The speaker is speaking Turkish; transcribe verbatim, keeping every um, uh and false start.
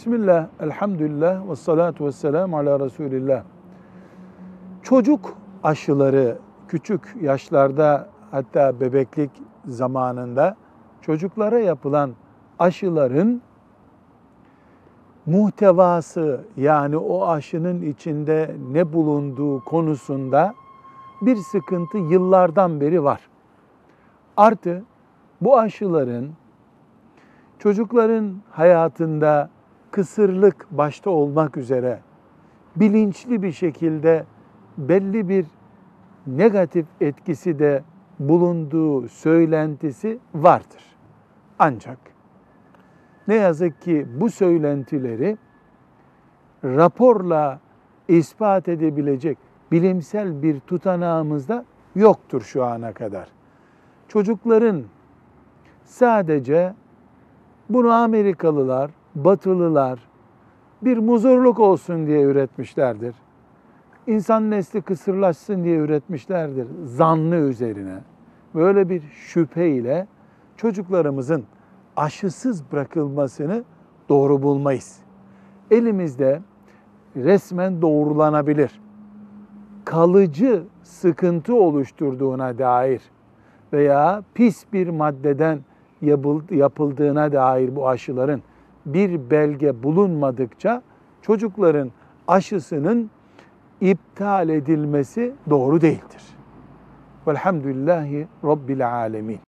Bismillah, elhamdülillah ve salatu ve selamu ala Resulillah. Çocuk aşıları küçük yaşlarda, hatta bebeklik zamanında çocuklara yapılan aşıların muhtevası, yani o aşının içinde ne bulunduğu konusunda bir sıkıntı yıllardan beri var. Artı bu aşıların çocukların hayatında kısırlık başta olmak üzere bilinçli bir şekilde belli bir negatif etkisi de bulunduğu söylentisi vardır. Ancak ne yazık ki bu söylentileri raporla ispat edebilecek bilimsel bir tutanağımız da yoktur şu ana kadar. Çocukların sadece bunu Amerikalılar, Batılılar bir muzurluk olsun diye üretmişlerdir. İnsan nesli kısırlaşsın diye üretmişlerdir zannı üzerine. Böyle bir şüpheyle çocuklarımızın aşısız bırakılmasını doğru bulmayız. Elimizde resmen doğrulanabilir, kalıcı sıkıntı oluşturduğuna dair veya pis bir maddeden yapıldığına dair bu aşıların bir belge bulunmadıkça çocukların aşısının iptal edilmesi doğru değildir. Velhamdülillahi Rabbil alemin.